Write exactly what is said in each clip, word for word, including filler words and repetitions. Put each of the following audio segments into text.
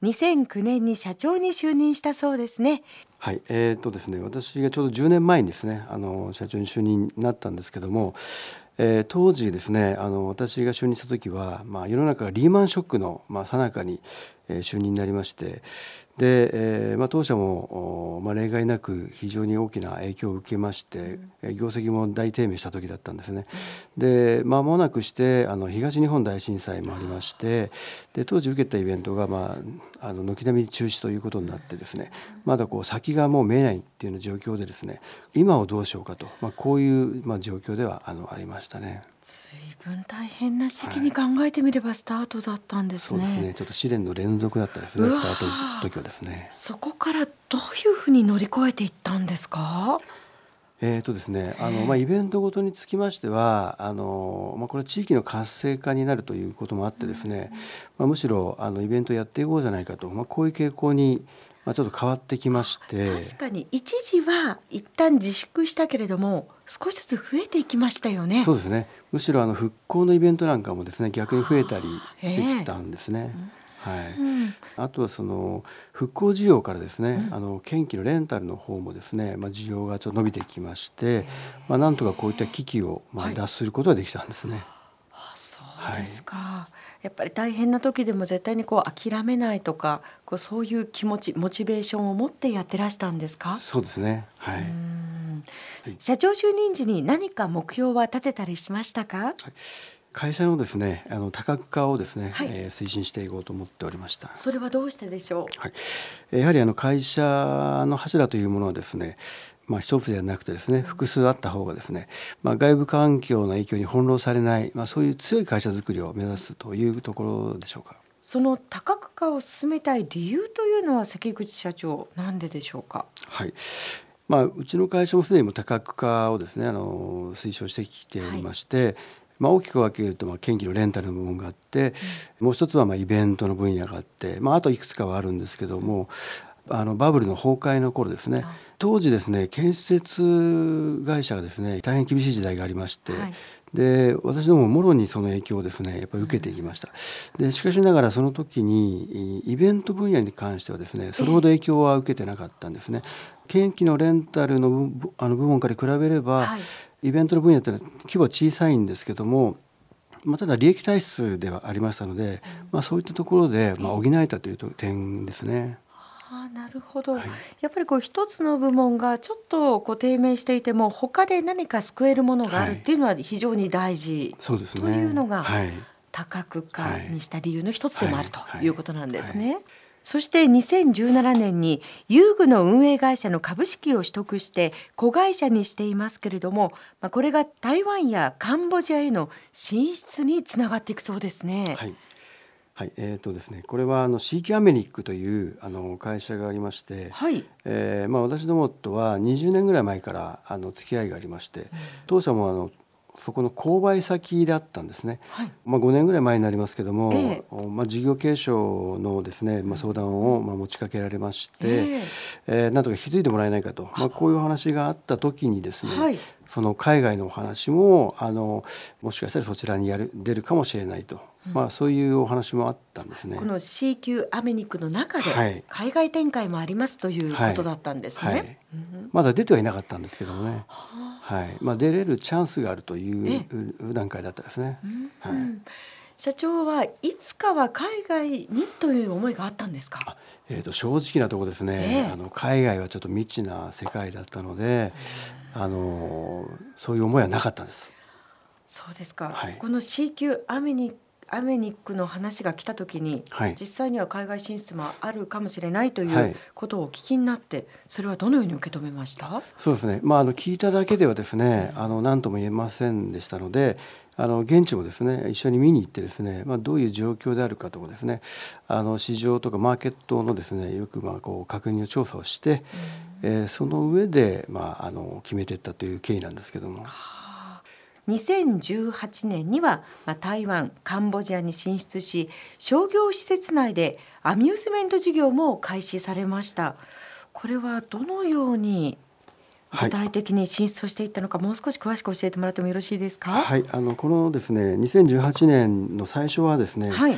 にせんきゅうねんに社長に就任したそうですね。 はい、えーっとですね、私がちょうどじゅうねんまえにですね、あの社長に就任になったんですけども、えー当時ですね、あの私が就任した時は、まあ、世の中がリーマンショックの、まあ、最中に、えー就任になりまして、で、えーまあ、当社も、おまあ、例外なく非常に大きな影響を受けまして、えー業績も大低迷した時だったんですね。で、間もなくしてあの東日本大震災もありまして、で当時受けたイベントが、まあ、あの軒並み中止ということになってですね、まだこう先がもう見えないっていうような状況でですね、今をどうしようかと、まあ、こういう、まあ、状況ではあのありましたね。 随分大変な時期に考えてみればスタートだったんですね。 そうですね、ちょっと試練の連続だったですね、 うわースタートの時はですね。 そこからどういうふうに乗り越えていったんですか？ えーとですね、あのまあ、イベントごとにつきましてはあの、まあ、これは地域の活性化になるということもあってですね、まあ、むしろあのイベントやっていこうじゃないかと、まあ、こういう傾向に、まあ、ちょっと変わってきまして。 確かに一時は一旦自粛したけれども少しずつ増えていきましたよね。 そうですね、むしろあの復興のイベントなんかもですね、逆に増えたりしてきええたんですね。はい、 うんあとはその復興需要からですね、 うんあの建機のレンタルの方もですね、まあ、需要がちょっと伸びてきまして、まあ、なんとかこういった危機をまあはい脱することができたんですね。 あ、そうはい、 ですか。やっぱり大変な時でも絶対にこう諦めないとか、こうそういう気持ち、モチベーションを持ってやってらしたんですか？ そうですね。はうーい。 んはい、 社長就任時に何か目標は立てたりしましたか？ 会社のですね、あの多角化をですね、 はい。 えー推進していこうと思っておりました。 それはどうしてでしょはい、えーやはりあの会社の柱というものはですね、まあ、一つではなくてですね、複数あった方がですね、まあ、外部環境の影響に翻弄されない、まあ、そういう強い会社づくりを目指すというところでしょうか。 う？その多角化を進めたい理由というのは関口社長、なんででしょうか？ はい、まあ、うちの会社もすでにも多角化をですね、あの推奨してきておりまして、まあ、大きく分けると、まあ、建機のレンタルの部門があって、もう一つはまあイベントの分野があって、まあ、あといくつかはあるんですけども、あのバブルの崩壊の頃ですね、 あ当時ですね、建設会社がですね大変厳しい時代がありまして、 はい。 で私どももろにその影響をですねやっぱり受けていきました。でしかしながらその時にイベント分野に関してはですね、それほど影響は受けてなかったんですね。建機のレンタルの部あの部門から比べれば、 はい。 イベントの分野ってのは規模は小さいんですけども、まあ、ただ利益体質ではありましたので、まあ、そういったところで、まあ、補えたという点ですね。 ああ、なるほど。 はい、 やっぱりこう一つの部門がちょっとこう低迷していても他で何か救えるものがあるっていうのは非常に大事そうですというね。 のがはい、 多角化はいにした理由の一つでもあるとはいいうことなんですはいね。そしてにせんじゅうななねんに遊具の運営会社の株式を取得して子会社にしていますけれども、まあ、これが台湾やカンボジアへの進出につながっていくそうですね。 はいはい、えーとですね、これはあのシーキュアメニックというあの会社がありまして、 はい。 えーまあ、私どもとはにじゅうねんぐらい前からあの付き合いがありまして、当社もあのそこの購買先だったんですね。 はい。 まあ、ごねんぐらい前になりますけども、 ええまあ、事業継承のですね、まあ、相談をまあ持ちかけられまして、 えええーなんとか引き継いでもらえないかと、まあ、こういうお話があった時にですね、 はい。 その海外のお話もあのもしかしたらそちらにやる出るかもしれないと、まあ、そういうお話もあったんですね。 この シー 級アメニックの中はいで海外展開もありますということだったんですね。 はいうんまだ出てはいなかったんですけどもね、 はあはいまあ、出れるチャンスがあるといえう段階だったですね。 うんはいうん社長はいつかは海外にという思いがあったんですか？ あえー、と正直なところですね、 ええあの海外はちょっと未知な世界だったので、あのそういう思いはなかったんです。 そうですか。 はいこの シー 級アメニアメニックの話が来た時に、 はい実際には海外進出もあるかもしれないというはいことをお聞きになって、それはどのように受け止めました？ そうですね、まあ、あの聞いただけではですね、あの何とも言えませんでしたので、あの現地もですね一緒に見に行ってですね、まあ、どういう状況であるかとかですね、あの市場とかマーケットのですねよくまあこう確認を調査をして、えーその上で、まあ、あの決めていったという経緯なんですけども。 はあにせんじゅうはちねんには、まあ、台湾、カンボジアに進出し、商業施設内でアミューズメント事業も開始されました。これはどのように具はい体的に進出をしていったのか、もう少し詳しく教えてもらってもよろしいですか？ はい、あのこのですねにせんじゅうはちねんの最初はですね、 はい。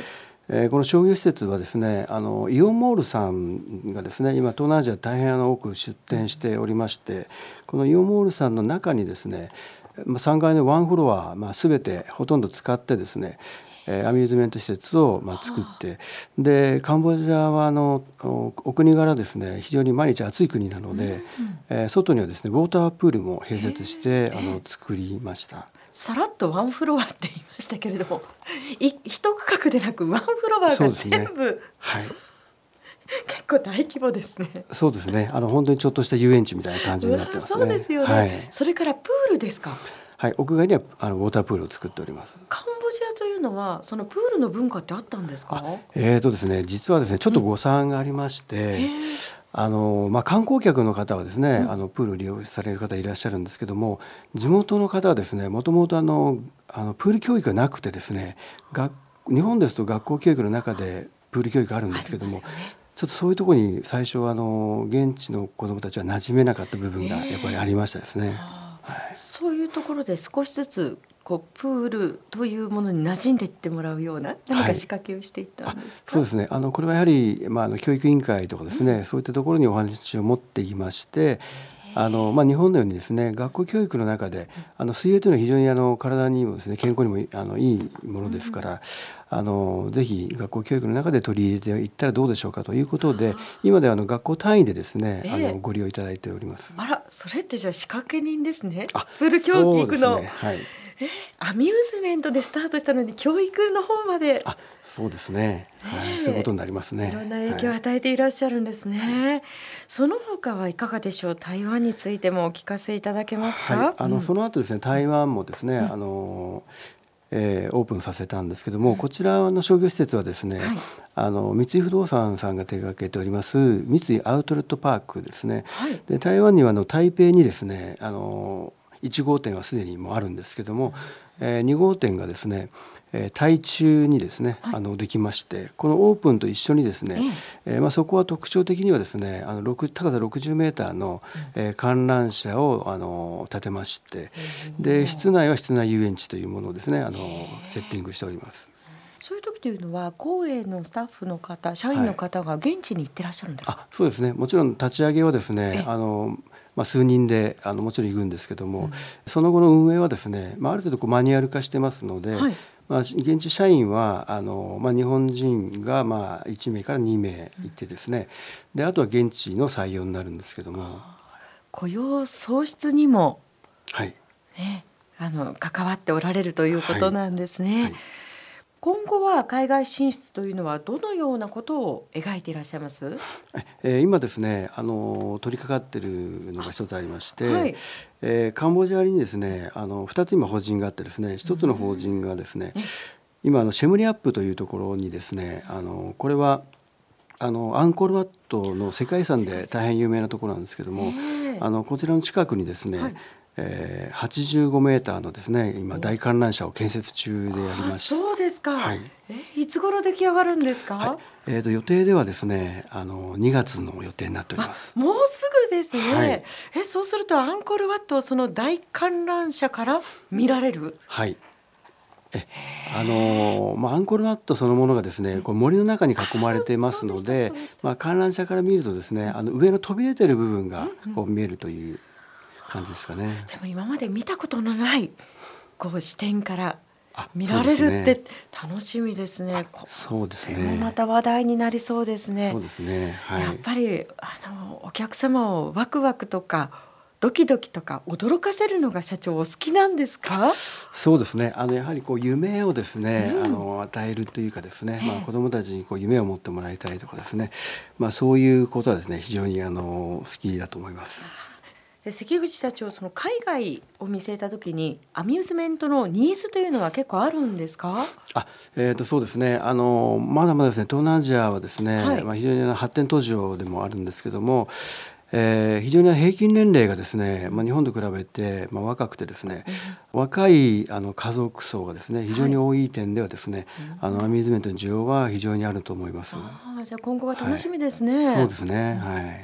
えーこの商業施設はですね、あのイオンモールさんがですね、今東南アジア大変あの多く出店しておりまして、このイオンモールさんの中にですね、まあさんがいのワンフロア、まあ、全てほとんど使ってですね、えーアミューズメント施設をまあ作って、でカンボジアはあのおお国柄ですね、非常に毎日暑い国なので、えー外にはですねウォータープールも併設してあの作りました。 さらっとワンフロアって言いましたけれども、い一区画でなくワンフロアがそうですね全部、 はい、 結構大規模ですね。 そうですね。あの本当にちょっとした遊園地みたいな感じうわになってますね。 そうですよね、 はい、 それからプールですか。 はい、屋外にはあのウォータープールを作っております。 カンボジアというのはそのプールの文化ってあったんですか。 えーとですね、実はですね、ちょっと誤算がありまして、 へーあのまあ、観光客の方はですね、 うんあのプールを利用される方いらっしゃるんですけども、地元の方はですね、もともとあのあのプール教育がなくてですね、学日本ですと学校教育の中でプール教育があるんですけども、 ありますよね。 ちょっとそういうところに最初はあの現地の子どもたちは馴染めなかった部分がやっぱりありましたですね。 あーはい、 そういうところで少しずつこうプールというものに馴染んでいってもらうような何か仕掛けをしていったんですか。 そうですね。あのこれはやはり、まあ、あの教育委員会とかですね、そういったところにお話を持っていまして、あのまあ、日本のようにですね、学校教育の中であの水泳というのは非常にあの体にもですね、健康にもいあのいいものですから、あのぜひ学校教育の中で取り入れていったらどうでしょうかということで、今ではあの学校単位でですね、あええのご利用いただいております。 あら、それってじゃあ仕掛け人ですね。 あ、 プール教そう育の、 ですね。はい。 アミューズメントでスタートしたのに教育の方まであ、そうですね。はい、 ねえそういうことになりますね。 いろんな影響をはい与えていらっしゃるんですね。その他はいかがでしょう。台湾についてもお聞かせいただけますか。 はい、あのうんその後ですね、台湾もですね、あの、えーオープンさせたんですけども、こちらの商業施設はですね、 はいあの三井不動産さんが手掛けております三井アウトレットパークですね。 はいで台湾にはあの台北にですね、あのいち号店はすでにもうあるんですけども、えーに号店がですね、えー台中にですね、 はいあのできまして、このオープンと一緒にですね、えーまあ、そこは特徴的にはですね、あのろく高さろくじゅうメーターの、えー観覧車をあの建てまして、で室内は室内遊園地というものをですね、あのセッティングしております。 そういう時というのは公営のスタッフの方、社員の方が現地に行ってらっしゃるんですか。 あ、そうですね。もちろん立ち上げはですね、 えあのまあ、数人であのもちろん行くんですけども、その後の運営はですね、まあ、ある程度こうマニュアル化してますので、 はいまあ、現地社員はあの、まあ、日本人がまあいち名からに名いてですね、であとは現地の採用になるんですけども、 雇用創出にも、 はい、 ね、あの関わっておられるということなんですね。 はい、 今後は海外進出というのはどのようなことを描いていらっしゃいます。 えー今ですね、あの取り掛かっているのが一つありまして、 はいえーカンボジアにですね、あのふたつ今法人があってですね、一つの法人がですね、今あのシェムリアップというところにですね、あのこれはあのアンコールワットの世界遺産で大変有名なところなんですけども、 ええあのこちらの近くにですね、 はいえーはちじゅうごメーターのですね、今大観覧車を建設中でありあ、 まして、 そうですか。 はいえいつ頃出来上がるんですか。 はい、えーと予定ではですね、あのにがつの予定になっております。 もうすぐですね。 はいえそうするとアンコールワットをその大観覧車から見られる。 はい。えあのまあ、アンコールワットそのものがですね、こう森の中に囲まれてますのあでそうでしたそうでし、 まあ、観覧車から見るとですね、あの上の飛び出てる部分がこう見えるという感じですかね。 でも今まで見たことのないこう視点からあ見られるっそうですて楽しみですね。こそうですれもまね。 た話題になりそうですね。 そうですね。はい。 やっぱりあのお客様をワクワクとかドキドキとか驚かせるのが社長お好きなんですか。 そうですね。あのやはりこう夢をですね、 うんあの与えるというかですね、 ええまあ子どもたちにこう夢を持ってもらいたいとかですね、まあそういうことはですね、非常にあの好きだと思います。 で関口社長、その海外を見据えた時にアミューズメントのニーズというのは結構あるんですか。 あ、えー、とそうですね。あのまだまだですね、東南アジアはですね、 はいまあ非常にあの発展途上でもあるんですけども、えー非常に平均年齢がですね、まあ日本と比べてまあ若くてですね、若いあの家族層がですね非常に多い点ではですね、あのアミューズメントの需要は非常にあると思います。 ああ、じゃあ今後が楽しみですね。 そうですね。はい。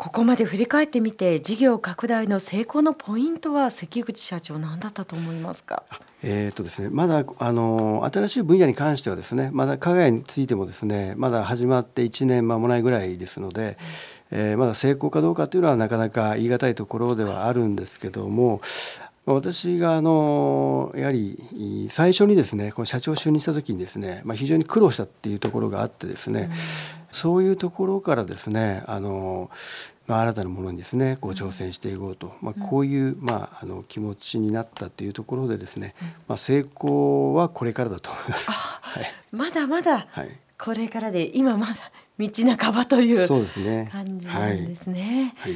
ここまで振り返ってみて事業拡大の成功のポイントは関口社長何だったと思いますか？ えーとですね、まだあの新しい分野に関してはですね、まだ加害についてもですね、まだ始まっていちねん間もないぐらいですので、えーまだ成功かどうかというのはなかなか言い難いところではあるんですけども、私があのやはり最初にですね、この社長就任した時にですね、まあ、非常に苦労したっていうところがあってですね、そういうところからですね、あのまあ、新たなものにですねこう挑戦していこうと、まあ、こういう、まあ、あの気持ちになったというところでですね、まあ、成功はこれからだと思います。はい、 まだまだはい、 これからで、今まだ道半ばというそうですね。 感じなんですね。 はいはい、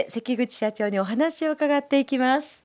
この後もコマーシャルを挟んで関口社長にお話を伺っていきます。